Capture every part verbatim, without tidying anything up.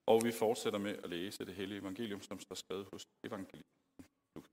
Og vi fortsætter med at læse det hellige evangelium, som står skrevet hos evangelisten Lukas.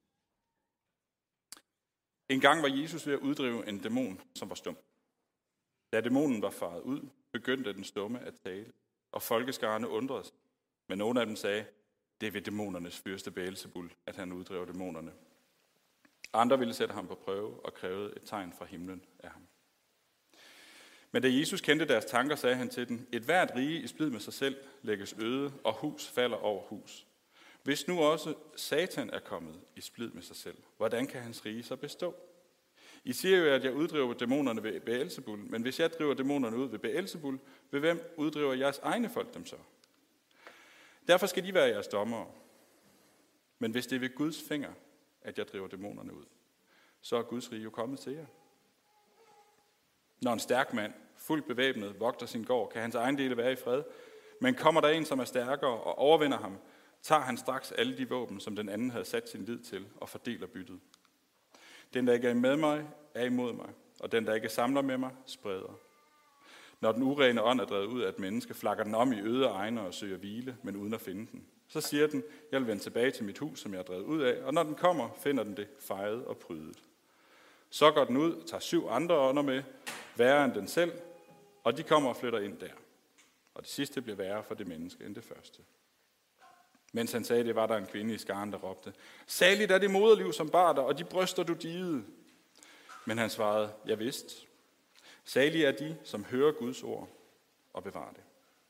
En gang var Jesus ved at uddrive en dæmon, som var stum. Da dæmonen var faret ud, begyndte den stumme at tale, og folkeskarerne undrede sig. Men nogle af dem sagde, det er ved dæmonernes fyrste Beelzebul, at han uddriver dæmonerne. Andre ville sætte ham på prøve og krævede et tegn fra himlen af ham. Men da Jesus kendte deres tanker, sagde han til dem, et hvert rige i splid med sig selv lægges øde, og hus falder over hus. Hvis nu også Satan er kommet i splid med sig selv, hvordan kan hans rige så bestå? I siger jo, at jeg uddriver dæmonerne ved Beelzebul, men hvis jeg driver dæmonerne ud ved Beelzebul, ved hvem uddriver jeres egne folk dem så? Derfor skal de være jeres dommere. Men hvis det er ved Guds finger, at jeg driver dæmonerne ud, så er Guds rige jo kommet til jer. Når en stærk mand, fuldt bevæbnet, vogter sin gård, kan hans egen dele være i fred. Men kommer der en, som er stærkere og overvinder ham, tager han straks alle de våben, som den anden havde sat sin lid til, og fordeler byttet. Den, der ikke er med mig, er imod mig, og den, der ikke samler med mig, spreder. Når den urene ånd er drevet ud af et menneske, flakker den om i øde egne og søger hvile, men uden at finde den. Så siger den, jeg vil vende tilbage til mit hus, som jeg er drevet ud af, og når den kommer, finder den det fejet og prydet. Så går den ud, tager syv andre ånder med, værre end den selv, og de kommer og flytter ind der. Og det sidste bliver værre for det menneske end det første. Mens han sagde det, var der en kvinde i skaren, der råbte, saligt er det moderliv, som bar dig, og de bryster du divede. Men han svarede, jeg vidste. Salige er de, som hører Guds ord og bevarer det.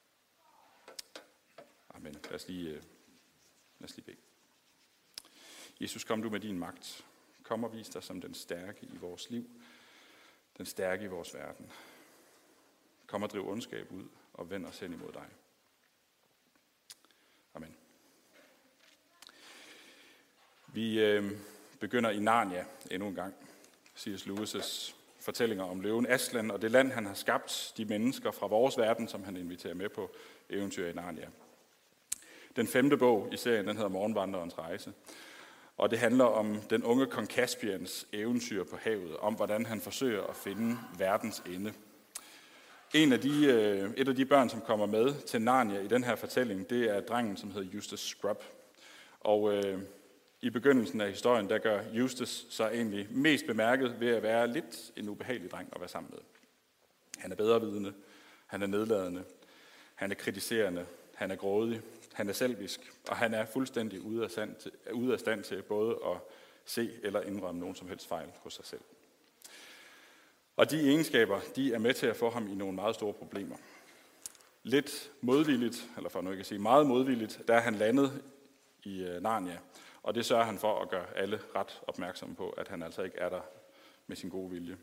Amen. Lad os lige, lad os lige bede. Jesus, kom du med din magt. Kom og vis dig som den stærke i vores liv, den stærke i vores verden. Kom og driv ondskab ud og vend os hen imod dig. Amen. Vi øh, begynder i Narnia endnu en gang. C S Lewis' fortællinger om løven Aslan og det land, han har skabt, de mennesker fra vores verden, som han inviterer med på eventyr i Narnia. Den femte bog i serien, den hedder Morgenvandrerens rejse. Og det handler om den unge kong Caspians eventyr på havet, om hvordan han forsøger at finde verdens ende. En af de, et af de børn, som kommer med til Narnia i den her fortælling, det er drengen, som hedder Eustace Scrub. Og øh, i begyndelsen af historien, der gør Eustace så egentlig mest bemærket ved at være lidt en ubehagelig dreng at være sammen med. Han er bedrevidende, han er nedladende, han er kritiserende, han er grådig, han er selvisk, og han er fuldstændig ude af stand til, ude af stand til både at se eller indrømme nogen som helst fejl hos sig selv. Og de egenskaber, de er med til at få ham i nogle meget store problemer. Lidt modvilligt, eller for nu ikke at sige meget modvilligt, der er han landet i Narnia, og det sørger han for at gøre alle ret opmærksomme på, at han altså ikke er der med sin gode vilje.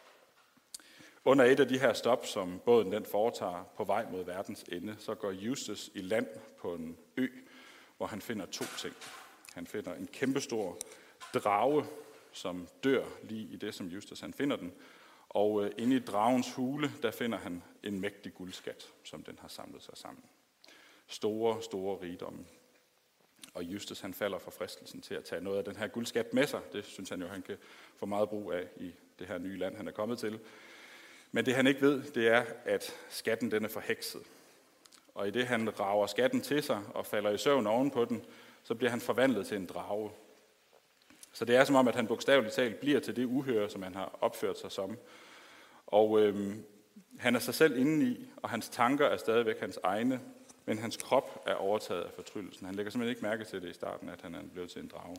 Under et af de her stop, som båden den foretager på vej mod verdens ende, så går Eustace i land på en ø, hvor han finder to ting. Han finder en kæmpestor drage, som dør lige i det, som Eustace han finder den. Og inde i dragens hule, der finder han en mægtig guldskat, som den har samlet sig sammen. Store, store rigdomme. Og Eustace han falder for fristelsen til at tage noget af den her guldskat med sig. Det synes han jo, han kan få meget brug af i det her nye land, han er kommet til. Men det han ikke ved, det er, at skatten den er forhekset. Og i det han rager skatten til sig og falder i søvn ovenpå den, så bliver han forvandlet til en drage. Så det er som om, at han bogstaveligt talt bliver til det uhøre, som han har opført sig som. Og øhm, han er sig selv indeni, og hans tanker er stadigvæk hans egne, men hans krop er overtaget af fortryllelsen. Han lægger simpelthen ikke mærke til det i starten, at han er blevet til en drage.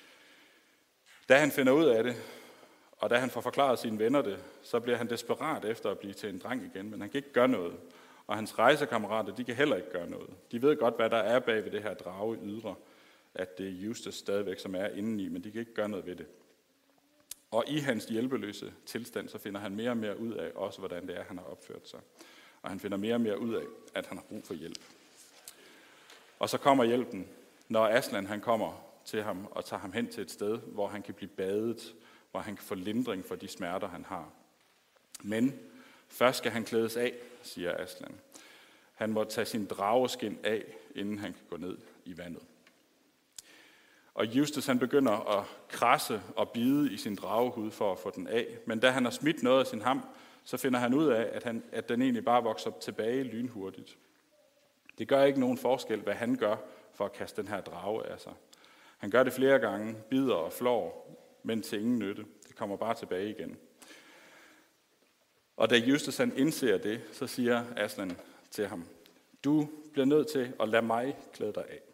Da han finder ud af det, og da han får forklaret sine venner det, så bliver han desperat efter at blive til en dreng igen, men han kan ikke gøre noget. Og hans rejsekammerater, de kan heller ikke gøre noget. De ved godt, hvad der er bag ved det her drage ydre, at det er Eustace stadigvæk, som er indeni, men de kan ikke gøre noget ved det. Og i hans hjælpeløse tilstand, så finder han mere og mere ud af også, hvordan det er, han har opført sig. Og han finder mere og mere ud af, at han har brug for hjælp. Og så kommer hjælpen, når Aslan han kommer til ham og tager ham hen til et sted, hvor han kan blive badet, hvor han kan få lindring for de smerter, han har. Men først skal han klædes af, siger Aslan. Han må tage sin drageskin af, inden han kan gå ned i vandet. Og Eustace han begynder at krasse og bide i sin dragehud for at få den af. Men da han har smidt noget af sin ham, så finder han ud af, at, han, at den egentlig bare vokser tilbage lynhurtigt. Det gør ikke nogen forskel, hvad han gør for at kaste den her drage af sig. Han gør det flere gange, bider og flår, men til ingen nytte. Det kommer bare tilbage igen. Og da Justus han indser det, så siger Aslan til ham, du bliver nødt til at lade mig klæde dig af.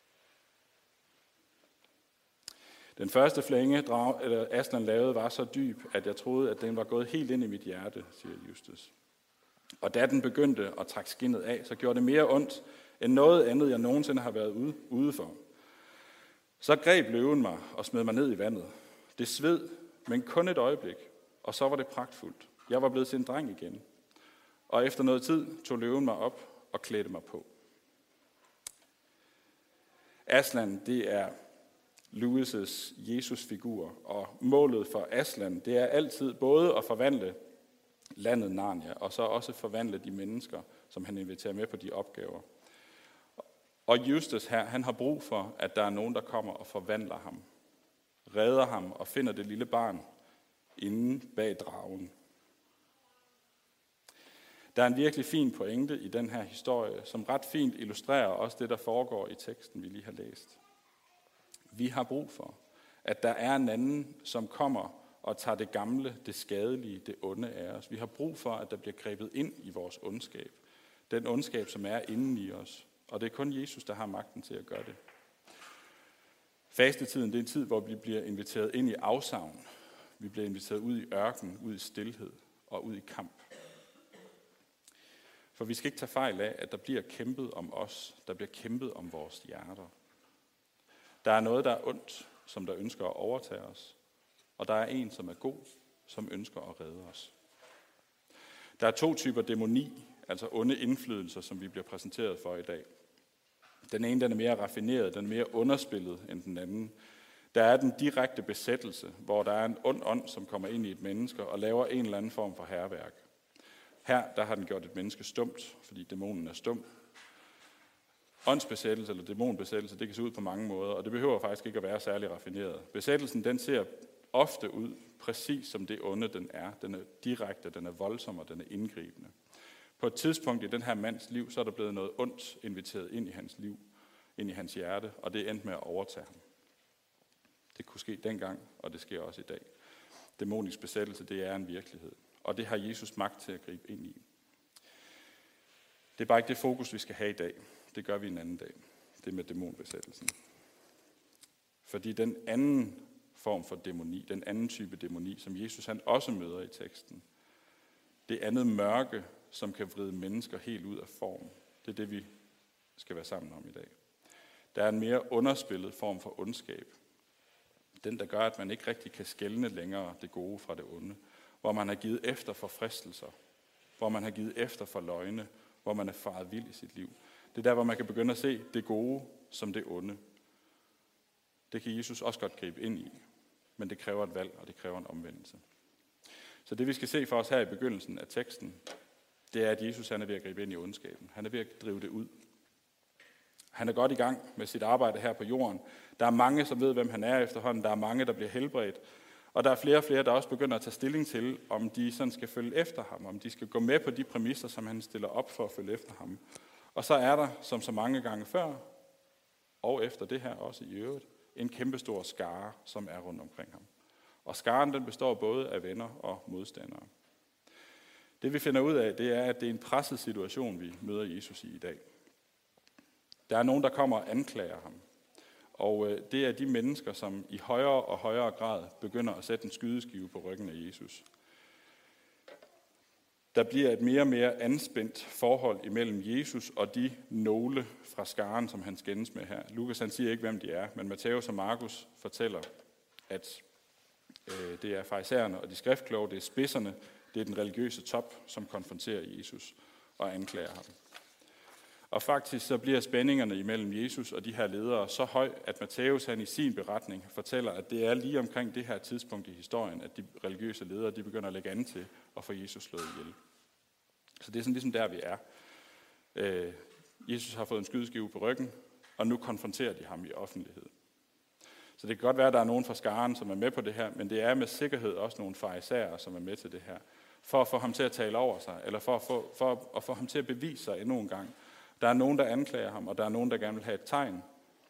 Den første flænge, Aslan lavede, var så dyb, at jeg troede, at den var gået helt ind i mit hjerte, siger Justus. Og da den begyndte at trække skindet af, så gjorde det mere ondt, end noget andet, jeg nogensinde har været ude, ude for. Så greb løven mig og smed mig ned i vandet. Det sved, men kun et øjeblik, og så var det pragtfuldt. Jeg var blevet til en dreng igen. Og efter noget tid tog løven mig op og klædte mig på. Aslan, det er Lewis' Jesus-figur, og målet for Aslan, det er altid både at forvandle landet Narnia, og så også forvandle de mennesker, som han inviterer med på de opgaver. Og Justus her, han har brug for, at der er nogen, der kommer og forvandler ham, redder ham og finder det lille barn inde bag dragen. Der er en virkelig fin pointe i den her historie, som ret fint illustrerer også det, der foregår i teksten, vi lige har læst. Vi har brug for, at der er en anden, som kommer og tager det gamle, det skadelige, det onde af os. Vi har brug for, at der bliver grebet ind i vores ondskab. Den ondskab, som er inde i os. Og det er kun Jesus, der har magten til at gøre det. Fastetiden, det er en tid, hvor vi bliver inviteret ind i afsavn. Vi bliver inviteret ud i ørken, ud i stilhed og ud i kamp. For vi skal ikke tage fejl af, at der bliver kæmpet om os. Der bliver kæmpet om vores hjerter. Der er noget, der er ondt, som der ønsker at overtage os. Og der er en, som er god, som ønsker at redde os. Der er to typer dæmoni, altså onde indflydelser, som vi bliver præsenteret for i dag. Den ene, den er mere raffineret, den er mere underspillet end den anden. Der er den direkte besættelse, hvor der er en ond ånd, som kommer ind i et menneske og laver en eller anden form for hærværk. Her, der har den gjort et menneske stumt, fordi dæmonen er stum. Åndsbesættelse eller dæmonbesættelse, det kan se ud på mange måder, og det behøver faktisk ikke at være særlig raffineret. Besættelsen, den ser ofte ud præcis som det onde, den er. Den er direkte, den er voldsom og den er indgribende. På et tidspunkt i den her mands liv, så er der blevet noget ondt inviteret ind i hans liv, ind i hans hjerte, og det er endt med at overtage ham. Det kunne ske dengang, og det sker også i dag. Dæmonisk besættelse, det er en virkelighed, og det har Jesus magt til at gribe ind i. Det er bare ikke det fokus, vi skal have i dag. Det gør vi en anden dag. Det med dæmonbesættelsen. Fordi den anden form for dæmoni, den anden type dæmoni, som Jesus han også møder i teksten, det andet mørke, som kan vride mennesker helt ud af form, det er det, vi skal være sammen om i dag. Der er en mere underspillet form for ondskab. Den, der gør, at man ikke rigtig kan skelne længere det gode fra det onde. Hvor man har givet efter for fristelser. Hvor man har givet efter for løgne. Hvor man er faret vild i sit liv. Det er der, hvor man kan begynde at se det gode som det onde. Det kan Jesus også godt gribe ind i. Men det kræver et valg, og det kræver en omvendelse. Så det, vi skal se for os her i begyndelsen af teksten, det er, at Jesus han er ved at gribe ind i ondskaben. Han er ved at drive det ud. Han er godt i gang med sit arbejde her på jorden. Der er mange, som ved, hvem han er efterhånden. Der er mange, der bliver helbredt. Og der er flere og flere, der også begynder at tage stilling til, om de sådan skal følge efter ham. Om de skal gå med på de præmisser, som han stiller op for at følge efter ham. Og så er der, som så mange gange før, og efter det her også i øvrigt, en kæmpestor skare, som er rundt omkring ham. Og skaren, den består både af venner og modstandere. Det vi finder ud af, det er, at det er en presset situation, vi møder Jesus i i dag. Der er nogen, der kommer og anklager ham. Og det er de mennesker, som i højere og højere grad begynder at sætte en skydeskive på ryggen af Jesus. Der bliver et mere og mere anspændt forhold imellem Jesus og de nogle fra skaren, som han skændes med her. Lukas han siger ikke, hvem de er, men Matthæus og Markus fortæller, at øh, det er farisæerne og de skriftkloge, det er spidserne, det er den religiøse top, som konfronterer Jesus og anklager ham. Og faktisk så bliver spændingerne imellem Jesus og de her ledere så høj, at Matthæus han i sin beretning fortæller, at det er lige omkring det her tidspunkt i historien, at de religiøse ledere de begynder at lægge an til at få Jesus slået ihjel. Så det er sådan ligesom der, vi er. Øh, Jesus har fået en skydeskive på ryggen, og nu konfronterer de ham i offentlighed. Så det kan godt være, at der er nogen fra skaren, som er med på det her, men det er med sikkerhed også nogle farisæere, som er med til det her. For at få ham til at tale over sig, eller for at få, for at få ham til at bevise sig endnu en gang. Der er nogen, der anklager ham, og der er nogen, der gerne vil have et tegn.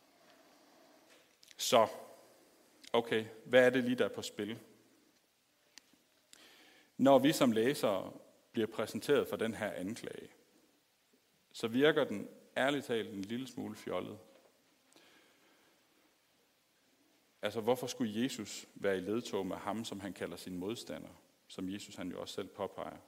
Så, okay, hvad er det lige, der er på spil? Når vi som læsere bliver præsenteret for den her anklage, så virker den ærligt talt en lille smule fjollet. Altså, hvorfor skulle Jesus være i ledtog med ham, som han kalder sin modstander, som Jesus han jo også selv påpeger?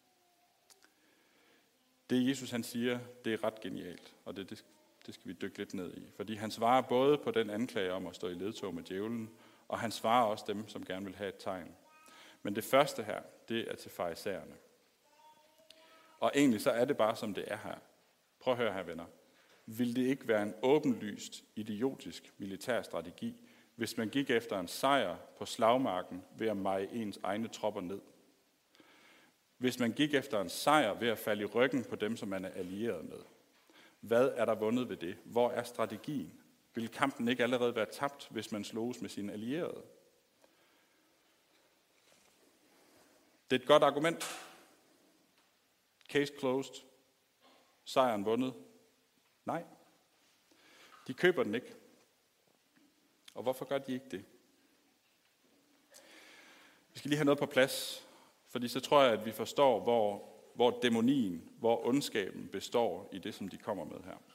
Det Jesus han siger, det er ret genialt, og det, det, det skal vi dykke lidt ned i. Fordi han svarer både på den anklage om at stå i ledtog med djævlen, og han svarer også dem, som gerne vil have et tegn. Men det første her, det er til farisæerne. Og egentlig så er det bare, som det er her. Prøv at høre her, venner. Vil det ikke være en åbenlyst, idiotisk militær strategi, hvis man gik efter en sejr på slagmarken ved at meje ens egne tropper ned? Hvis man gik efter en sejr ved at falde i ryggen på dem, som man er allieret med? Hvad er der vundet ved det? Hvor er strategien? Vil kampen ikke allerede være tabt, hvis man sloges med sine allierede? Det er et godt argument. Case closed. Sejren vundet. Nej. De køber den ikke. Og hvorfor gør de ikke det? Vi skal lige have noget på plads, fordi så tror jeg, at vi forstår, hvor, hvor dæmonien, hvor ondskaben består i det, som de kommer med her.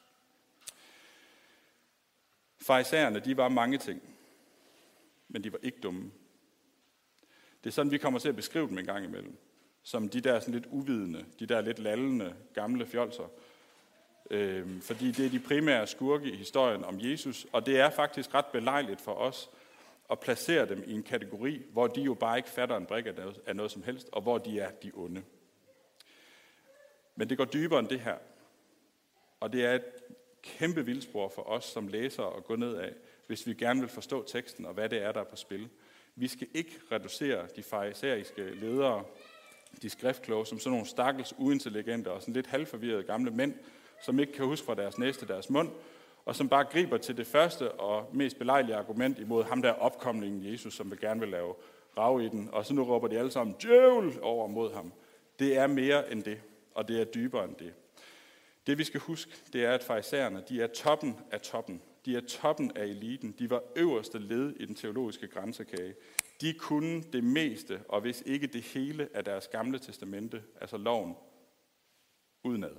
Farisæerne, de var mange ting, men de var ikke dumme. Det er sådan, vi kommer til at beskrive dem en gang imellem. Som de der sådan lidt uvidende, de der lidt lallende, gamle fjolser. Øhm, fordi det er de primære skurke i historien om Jesus, og det er faktisk ret belejligt for os at placere dem i en kategori, hvor de jo bare ikke fatter en brik af noget, af noget som helst, og hvor de er de onde. Men det går dybere end det her. Og det er et kæmpe vildspor for os som læsere at gå ned af, hvis vi gerne vil forstå teksten og hvad det er, der er på spil. Vi skal ikke reducere de farisæiske ledere, de skriftkloge, som sådan nogle stakkels uintelligente og sådan lidt halvforvirrede gamle mænd, som ikke kan huske fra deres næste deres mund, og som bare griber til det første og mest belejlige argument imod ham der opkomlingen Jesus, som vil gerne vil lave rav i den, og så nu råber de alle sammen djævel over mod ham. Det er mere end det, og det er dybere end det. Det vi skal huske, det er, at farisæerne, de er toppen af toppen. De er toppen af eliten. De var øverste led i den teologiske grænsekage. De kunne det meste, og hvis ikke det hele af deres gamle testamente, altså loven, udenad.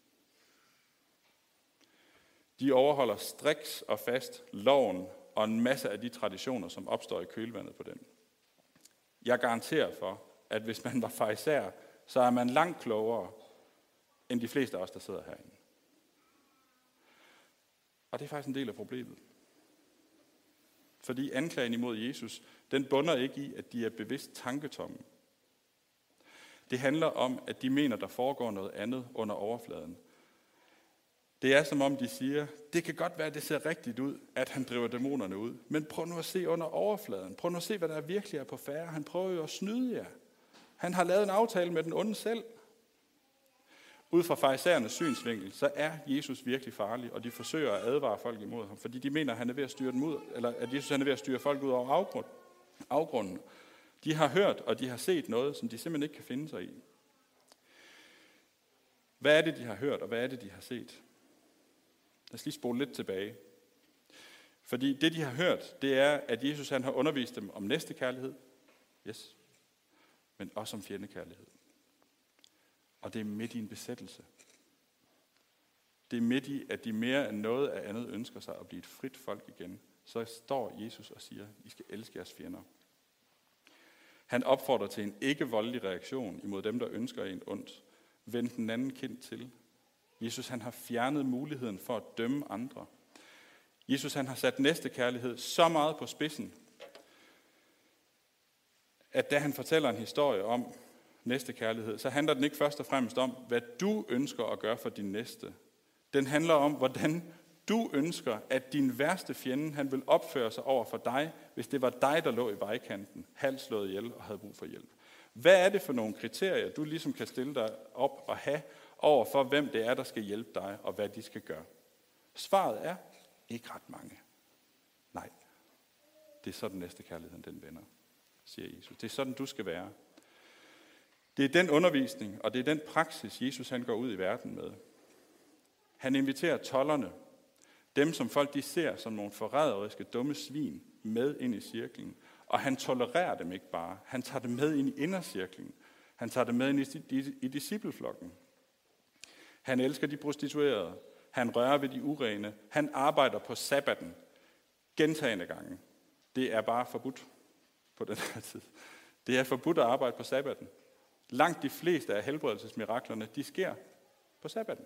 De overholder striks og fast loven og en masse af de traditioner, som opstår i kølvandet på den. Jeg garanterer for, at hvis man var farisæer, så er man langt klogere end de fleste af os, der sidder herinde. Og det er faktisk en del af problemet. Fordi anklagen imod Jesus, den bunder ikke i, at de er bevidst tanketomme. Det handler om, at de mener, der foregår noget andet under overfladen. Det er som om, de siger, det kan godt være, at det ser rigtigt ud, at han driver dæmonerne ud. Men prøv nu at se under overfladen. Prøv nu at se, hvad der virkelig er på færre. Han prøver jo at snyde jer. Han har lavet en aftale med den onde selv. Ud fra farisæernes synsvinkel, så er Jesus virkelig farlig, og de forsøger at advare folk imod ham, fordi de mener, at han er ved at styre dem ud, eller at Jesus han er ved at styre folk ud over afgrund, afgrunden. De har hørt, og de har set noget, som de simpelthen ikke kan finde sig i. Hvad er det, de har hørt, og hvad er det, de har set? Lad os lige spole lidt tilbage. Fordi det, de har hørt, det er, at Jesus han har undervist dem om næstekærlighed, yes, men også om fjendekærlighed. Og det er midt i en besættelse. Det er midt i, at de mere end noget af andet ønsker sig at blive et frit folk igen. Så står Jesus og siger, I skal elske jeres fjender. Han opfordrer til en ikke-voldelig reaktion imod dem, der ønsker en ondt. Vend den anden kind til. Jesus han har fjernet muligheden for at dømme andre. Jesus han har sat næstekærlighed så meget på spidsen, at da han fortæller en historie om næstekærlighed, så handler den ikke først og fremmest om, hvad du ønsker at gøre for din næste. Den handler om, hvordan du ønsker, at din værste fjende, han vil opføre sig over for dig, hvis det var dig, der lå i vejkanten, halvt slået ihjel og havde brug for hjælp. Hvad er det for nogle kriterier, du ligesom kan stille dig op og have over for, hvem det er, der skal hjælpe dig, og hvad de skal gøre? Svaret er ikke ret mange. Nej, det er sådan næstekærligheden, den vender, siger Jesus. Det er sådan, du skal være. Det er den undervisning, og det er den praksis, Jesus han går ud i verden med. Han inviterer tolderne, dem som folk de ser som nogle forræderiske, dumme svin, med ind i cirklen. Og han tolererer dem ikke bare. Han tager dem med ind i indercirklen. Han tager dem med ind i, i, i discipleflokken. Han elsker de prostituerede. Han rører ved de urene. Han arbejder på sabbaten gentagne gange. Det er bare forbudt på den her tid. Det er forbudt at arbejde på sabbaten. Langt de fleste af helbredelsesmiraklerne, de sker på sabbaten.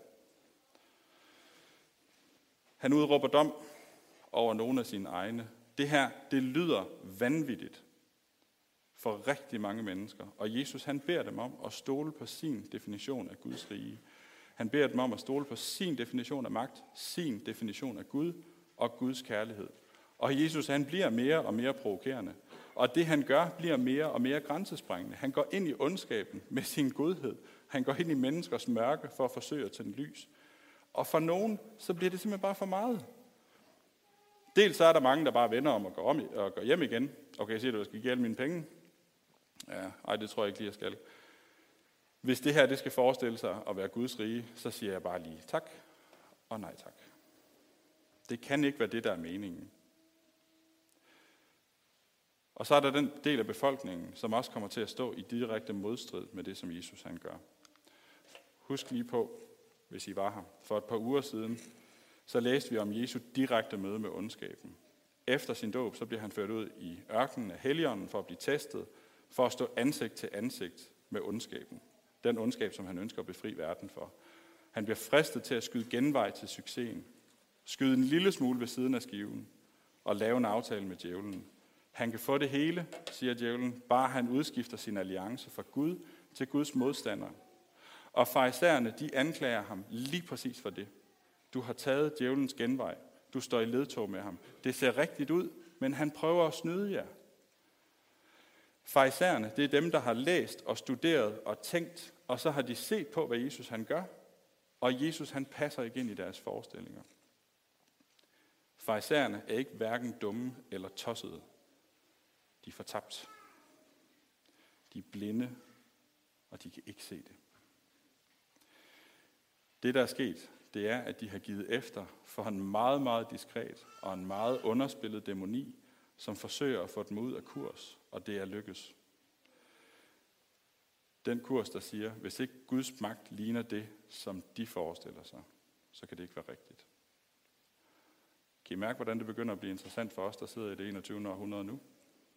Han udråber dom over nogle af sine egne. Det her, det lyder vanvittigt for rigtig mange mennesker. Og Jesus, han beder dem om at stole på sin definition af Guds rige. Han beder dem om at stole på sin definition af magt, sin definition af Gud og Guds kærlighed. Og Jesus, han bliver mere og mere provokerende. Og det, han gør, bliver mere og mere grænsesprængende. Han går ind i ondskaben med sin godhed. Han går ind i menneskers mørke for at forsøge at tænde lys. Og for nogen, så bliver det simpelthen bare for meget. Dels så er der mange, der bare vender om og går, om og går hjem igen. Okay, jeg siger, du skal give alle mine penge. Ja, ej, det tror jeg ikke lige, jeg skal. Hvis det her, det skal forestille sig at være Guds rige, så siger jeg bare lige tak og nej tak. Det kan ikke være det, der er meningen. Og så er der den del af befolkningen, som også kommer til at stå i direkte modstrid med det, som Jesus han gør. Husk lige på, hvis I var her, for et par uger siden, så læste vi om Jesu direkte møde med ondskaben. Efter sin dåb, så bliver han ført ud i ørkenen af Helligånden for at blive testet, for at stå ansigt til ansigt med ondskaben. Den ondskab, som han ønsker at befri verden for. Han bliver fristet til at skyde genvej til succesen, skyde en lille smule ved siden af skiven og lave en aftale med djævlen. Han kan få det hele, siger djævlen, bare han udskifter sin alliance fra Gud til Guds modstandere. Og farisæerne, de anklager ham lige præcis for det. Du har taget djævelens genvej. Du står i ledtog med ham. Det ser rigtigt ud, men han prøver at snyde jer. Farisæerne, det er dem, der har læst og studeret og tænkt, og så har de set på, hvad Jesus han gør, og Jesus han passer ikke ind i deres forestillinger. Farisæerne er ikke hverken dumme eller tossede. De er fortabt. De er blinde, og de kan ikke se det. Det, der er sket, det er, at de har givet efter for en meget, meget diskret og en meget underspillet dæmoni, som forsøger at få dem ud af kurs, og det er lykkes. Den kurs, der siger, hvis ikke Guds magt ligner det, som de forestiller sig, så kan det ikke være rigtigt. Kan I mærke, hvordan det begynder at blive interessant for os, der sidder i det enogtyvende århundrede nu?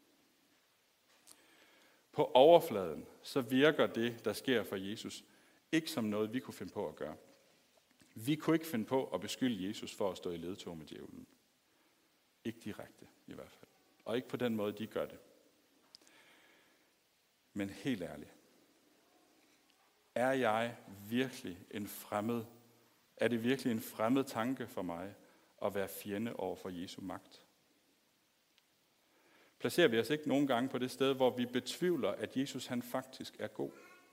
På overfladen, så virker det, der sker for Jesus, ikke som noget, vi kunne finde på at gøre. Vi kunne ikke finde på at beskylde Jesus for at stå i ledtog med djævlen. Ikke direkte, i hvert fald. Og ikke på den måde, de gør det. Men helt ærligt. Er jeg virkelig en fremmed? Er det virkelig en fremmed tanke for mig at være fjende over for Jesu magt? Placerer vi os ikke nogle gange på det sted, hvor vi betvivler, at Jesus han faktisk er god?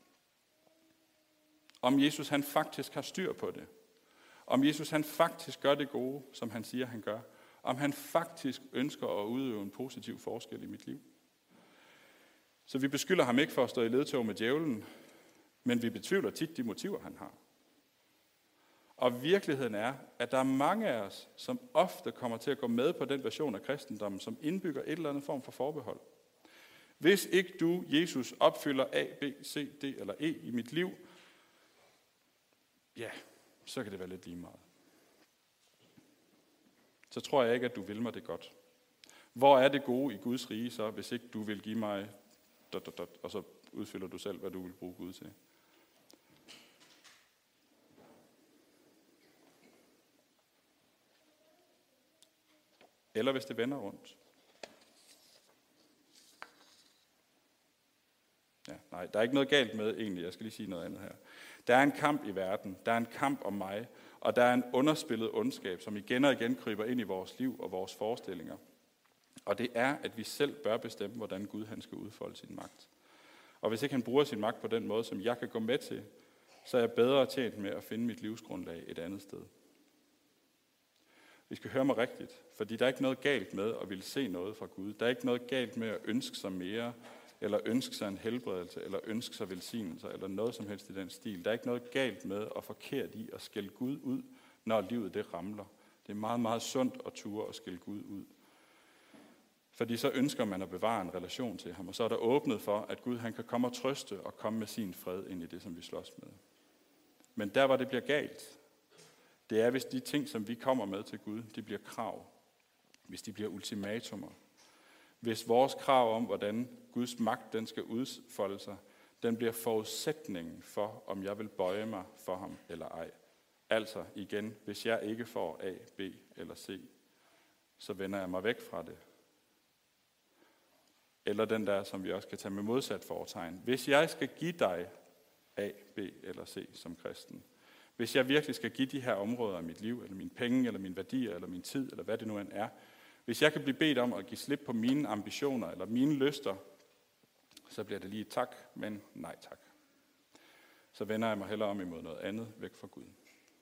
Om Jesus han faktisk har styr på det? Om Jesus han faktisk gør det gode, som han siger, han gør? Om han faktisk ønsker at udøve en positiv forskel i mit liv? Så vi beskylder ham ikke for at stå i ledtog med djævlen, men vi betvivler tit de motiver, han har. Og virkeligheden er, at der er mange af os, som ofte kommer til at gå med på den version af kristendommen, som indbygger et eller andet form for forbehold. Hvis ikke du, Jesus, opfylder A, B, C, D eller E i mit liv, ja, så kan det være lidt lige meget. Så tror jeg ikke, at du vil mig det godt. Hvor er det gode i Guds rige så, hvis ikke du vil give mig, dot, dot, dot, og så udfylder du selv, hvad du vil bruge Gud til. Eller hvis det vender rundt. Ja, nej, der er ikke noget galt med egentlig, jeg skal lige sige noget andet her. Der er en kamp i verden, der er en kamp om mig, og der er en underspillet ondskab, som igen og igen kryber ind i vores liv og vores forestillinger. Og det er, at vi selv bør bestemme, hvordan Gud han skal udfolde sin magt. Og hvis ikke han bruger sin magt på den måde, som jeg kan gå med til, så er jeg bedre tjent med at finde mit livsgrundlag et andet sted. Vi skal høre mig rigtigt, fordi der er ikke noget galt med at ville se noget fra Gud. Der er ikke noget galt med at ønske sig mere, eller ønske sig en helbredelse, eller ønske sig velsignelser, eller noget som helst i den stil. Der er ikke noget galt med at forkert i at skælde Gud ud, når livet det ramler. Det er meget, meget sundt at ture og skille Gud ud. Fordi så ønsker man at bevare en relation til ham, og så er der åbnet for, at Gud han kan komme og trøste og komme med sin fred ind i det, som vi slås med. Men der, hvor det bliver galt, det er, hvis de ting, som vi kommer med til Gud, de bliver krav. Hvis de bliver ultimatumer. Hvis vores krav om, hvordan Guds magt den skal udfolde sig, den bliver forudsætningen for, om jeg vil bøje mig for ham eller ej. Altså igen, hvis jeg ikke får A, B eller C, så vender jeg mig væk fra det. Eller den der, som vi også kan tage med modsat foretegn. Hvis jeg skal give dig A, B eller C som kristen, hvis jeg virkelig skal give de her områder af mit liv, eller mine penge, eller mine værdier, eller min tid, eller hvad det nu end er, hvis jeg kan blive bedt om at give slip på mine ambitioner, eller mine lyster, så bliver det lige tak, men nej tak. Så vender jeg mig hellere om imod noget andet, væk fra Gud.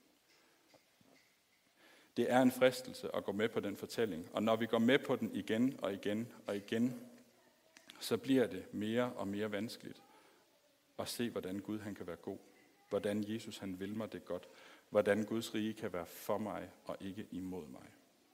Det er en fristelse at gå med på den fortælling, og når vi går med på den igen og igen og igen, så bliver det mere og mere vanskeligt at se, hvordan Gud han kan være god. Hvordan Jesus han vil mig det godt. Hvordan Guds rige kan være for mig og ikke imod mig.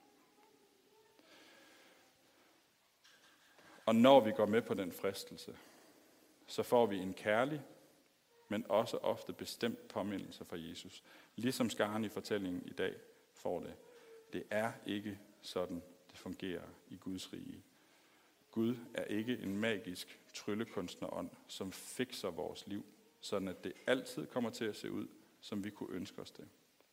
Og når vi går med på den fristelse, så får vi en kærlig, men også ofte bestemt påmindelse fra Jesus. Ligesom skaren i fortællingen i dag får det. Det er ikke sådan, det fungerer i Guds rige. Gud er ikke en magisk tryllekunstnerånd, som fikser vores liv, sådan at det altid kommer til at se ud, som vi kunne ønske os det.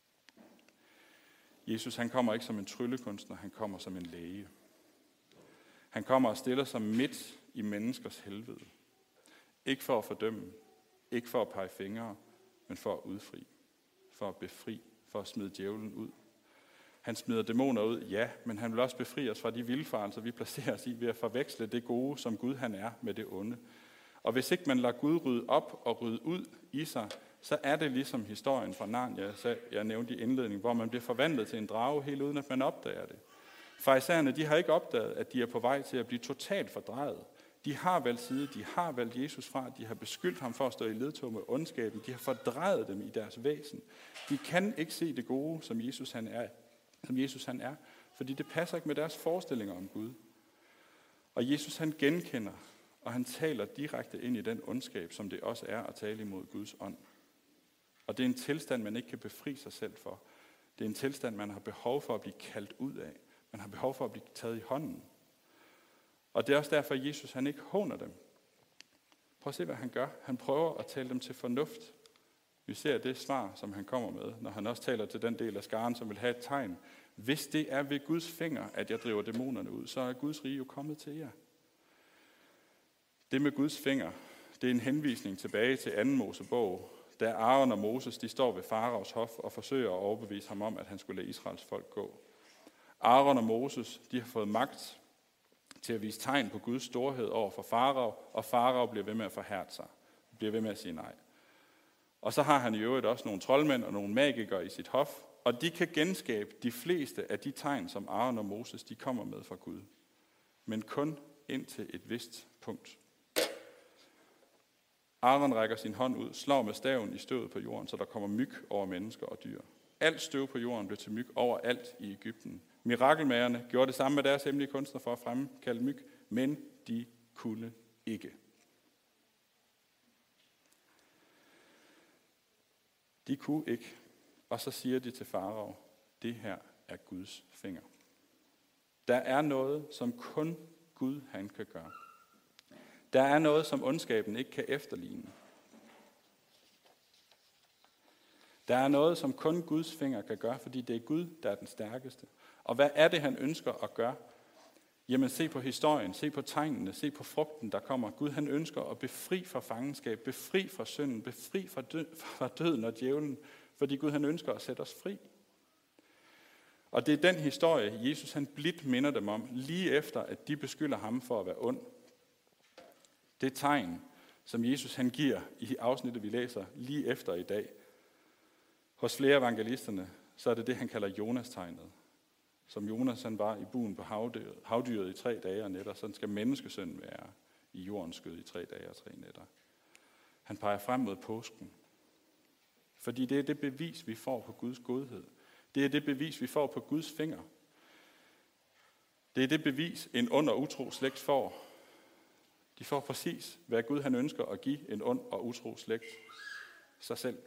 Jesus han kommer ikke som en tryllekunstner, han kommer som en læge. Han kommer og stiller sig midt i menneskers helvede. Ikke for at fordømme, ikke for at pege fingre, men for at udfri, for at befri, for at smide djævlen ud. Han smider dæmoner ud, ja, men han vil også befri os fra de vildfarelser, vi placerer os i ved at forveksle det gode, som Gud han er, med det onde. Og hvis ikke man lader Gud rydde op og rydde ud i sig, så er det ligesom historien fra Narnia, jeg nævnte i indledningen, hvor man bliver forvandlet til en drage, helt uden at man opdager det. Farisæerne, de har ikke opdaget, at de er på vej til at blive totalt fordrejet. De har valgt side, de har valgt Jesus fra, de har beskyldt ham for at stå i ledtog med ondskaben, de har fordrejet dem i deres væsen. De kan ikke se det gode, som Jesus han er, som Jesus han er, fordi det passer ikke med deres forestillinger om Gud. Og Jesus han genkender, og han taler direkte ind i den ondskab, som det også er at tale imod Guds ånd. Og det er en tilstand, man ikke kan befri sig selv for. Det er en tilstand, man har behov for at blive kaldt ud af. Man har behov for at blive taget i hånden. Og det er også derfor, at Jesus han ikke håner dem. Prøv at se, hvad han gør. Han prøver at tale dem til fornuft. Vi ser det svar, som han kommer med, når han også taler til den del af skaren, som vil have et tegn. Hvis det er ved Guds finger, at jeg driver dæmonerne ud, så er Guds rige jo kommet til jer. Det med Guds finger, det er en henvisning tilbage til anden Mosebog, da Aaron og Moses de står ved Faraos hof og forsøger at overbevise ham om, at han skulle lade Israels folk gå. Aaron og Moses de har fået magt til at vise tegn på Guds storhed over for Farao, og Farao bliver ved med at forhærde sig, bliver ved med at sige nej. Og så har han i øvrigt også nogle troldmænd og nogle magikere i sit hof, og de kan genskabe de fleste af de tegn, som Aaron og Moses de kommer med fra Gud. Men kun indtil et vist punkt. Aaron rækker sin hånd ud, slår med staven i støvet på jorden, så der kommer myg over mennesker og dyr. Alt støv på jorden blev til myg overalt i Egypten. Mirakelmagerne gjorde det samme med deres hemmelige kunstner for at fremkalde myg, men de kunne ikke. De kunne ikke, og så siger de til Farao, det her er Guds finger. Der er noget, som kun Gud han kan gøre. Der er noget, som ondskaben ikke kan efterligne. Der er noget, som kun Guds finger kan gøre, fordi det er Gud, der er den stærkeste. Og hvad er det, han ønsker at gøre? Jamen se på historien, se på tegnene, se på frugten, der kommer. Gud han ønsker at befri fra fangenskab, befri fra synden, befri fra, død, fra døden og djævlen, fordi Gud han ønsker at sætte os fri. Og det er den historie, Jesus han blidt minder dem om, lige efter at de beskylder ham for at være ond. Det tegn, som Jesus han giver i afsnittet, vi læser lige efter i dag. Hos flere evangelisterne, så er det det, han kalder Jonas-tegnet. Som Jonas han var i buen på havdyret, havdyret i tre dage og nætter, sådan skal menneskesønnen være i jordens skød i tre dage og tre nætter. Han peger frem mod påsken. Fordi det er det bevis, vi får på Guds godhed. Det er det bevis, vi får på Guds finger. Det er det bevis, en ond og utro slægt får. De får præcis, hvad Gud han ønsker at give en ond og utro slægt sig selv.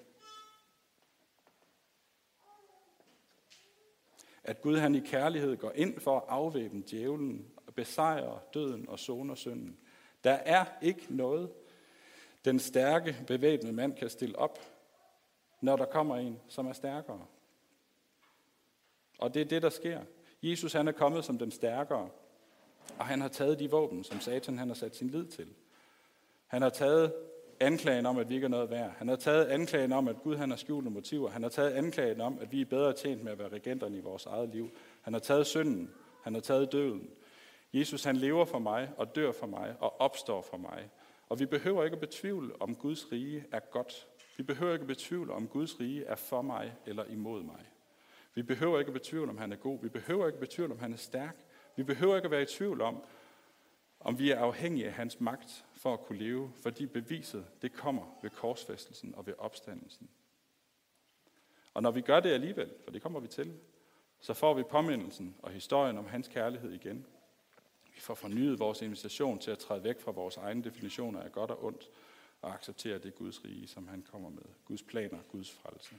At Gud han i kærlighed går ind for at afvæbne djævlen og besejre døden og soner synden. Der er ikke noget, den stærke bevæbnede mand kan stille op, når der kommer en, som er stærkere. Og det er det, der sker. Jesus han er kommet som den stærkere, og han har taget de våben, som Satan han har sat sin lid til. Han har taget anklagen om, at vi ikke er noget værd. Han har taget anklagen om, at Gud han har skjulte motiver. Han har taget anklagen om, at vi er bedre tjent med at være regenterne i vores eget liv. Han har taget synden. Han har taget døden. Jesus han lever for mig og dør for mig og opstår for mig. Og vi behøver ikke at betvivle, om Guds rige er godt. Vi behøver ikke at betvivle, om Guds rige er for mig eller imod mig. Vi behøver ikke at betvivle, om han er god. Vi behøver ikke at betvivle, om han er stærk. Vi behøver ikke at være i tvivl om, om vi er afhængige af hans magt for at kunne leve, fordi beviset, det kommer ved korsfæstelsen og ved opstandelsen. Og når vi gør det alligevel, for det kommer vi til, så får vi påmindelsen og historien om hans kærlighed igen. Vi får fornyet vores invitation til at træde væk fra vores egne definitioner af godt og ondt, og acceptere det Guds rige, som han kommer med. Guds planer, Guds frelse.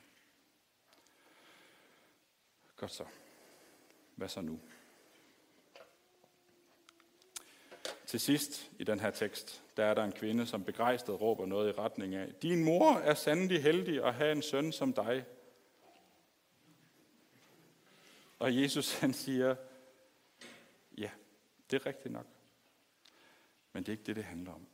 Godt så. Hvad så nu? Til sidst i den her tekst, der er der en kvinde, som begejstret råber noget i retning af: Din mor er sandelig heldig at have en søn som dig. Og Jesus han siger, ja, det er rigtigt nok. Men det er ikke det, det handler om.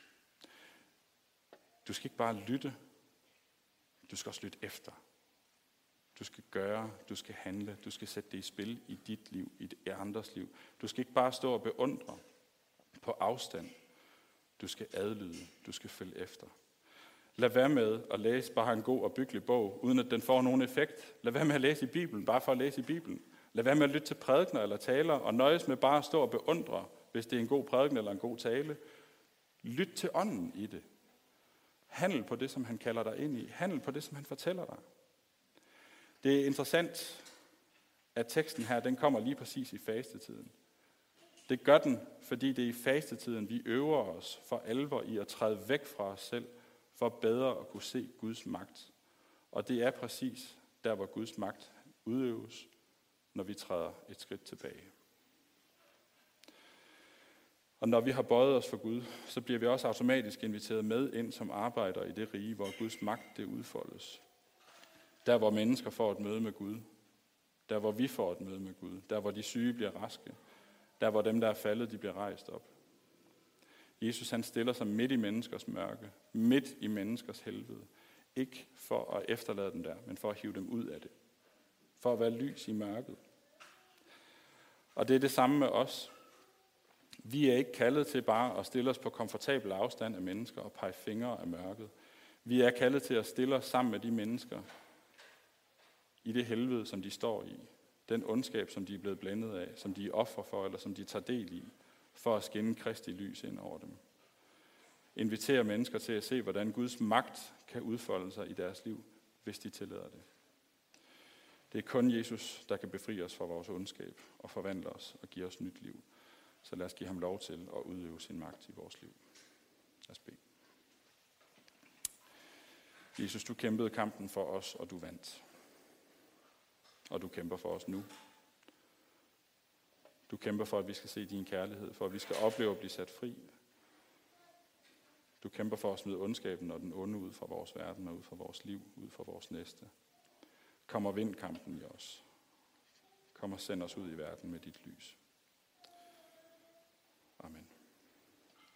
Du skal ikke bare lytte, du skal også lytte efter. Du skal gøre, du skal handle, du skal sætte det i spil i dit liv, i andres liv. Du skal ikke bare stå og beundre på afstand. Du skal adlyde, du skal følge efter. Lad være med at læse bare en god og byggelig bog, uden at den får nogen effekt. Lad være med at læse i Bibelen, bare for at læse i Bibelen. Lad være med at lytte til prædikener eller taler, og nøjes med bare at stå og beundre, hvis det er en god prædiken eller en god tale. Lyt til ånden i det. Handel på det, som han kalder dig ind i. Handel på det, som han fortæller dig. Det er interessant, at teksten her, den kommer lige præcis i fastetiden. Det gør den, fordi det er i fastetiden, vi øver os for alvor i at træde væk fra os selv, for bedre at kunne se Guds magt. Og det er præcis der, hvor Guds magt udøves, når vi træder et skridt tilbage. Og når vi har bøjet os for Gud, så bliver vi også automatisk inviteret med ind som arbejder i det rige, hvor Guds magt det udfoldes. Der, hvor mennesker får et møde med Gud. Der, hvor vi får et møde med Gud. Der, hvor de syge bliver raske. Der, hvor dem, der er faldet, de bliver rejst op. Jesus, han stiller sig midt i menneskers mørke. Midt i menneskers helvede. Ikke for at efterlade dem der, men for at hive dem ud af det. For at være lys i mørket. Og det er det samme med os. Vi er ikke kaldet til bare at stille os på komfortabel afstand af mennesker og pege fingre af mørket. Vi er kaldet til at stille os sammen med de mennesker i det helvede, som de står i. Den ondskab, som de er blevet blændet af, som de er ofre for, eller som de tager del i, for at skinne Kristi lys ind over dem. Inviterer mennesker til at se, hvordan Guds magt kan udfolde sig i deres liv, hvis de tillader det. Det er kun Jesus, der kan befri os fra vores ondskab og forvandle os og give os nyt liv. Så lad os give ham lov til at udøve sin magt i vores liv. Lad os bede. Jesus, du kæmpede kampen for os, og du vandt. Og du kæmper for os nu. Du kæmper for, at vi skal se din kærlighed, for at vi skal opleve at blive sat fri. Du kæmper for at smide ondskaben og den onde ud fra vores verden og ud fra vores liv, ud fra vores næste. Kom og vind kampen i os. Kom og send os ud i verden med dit lys.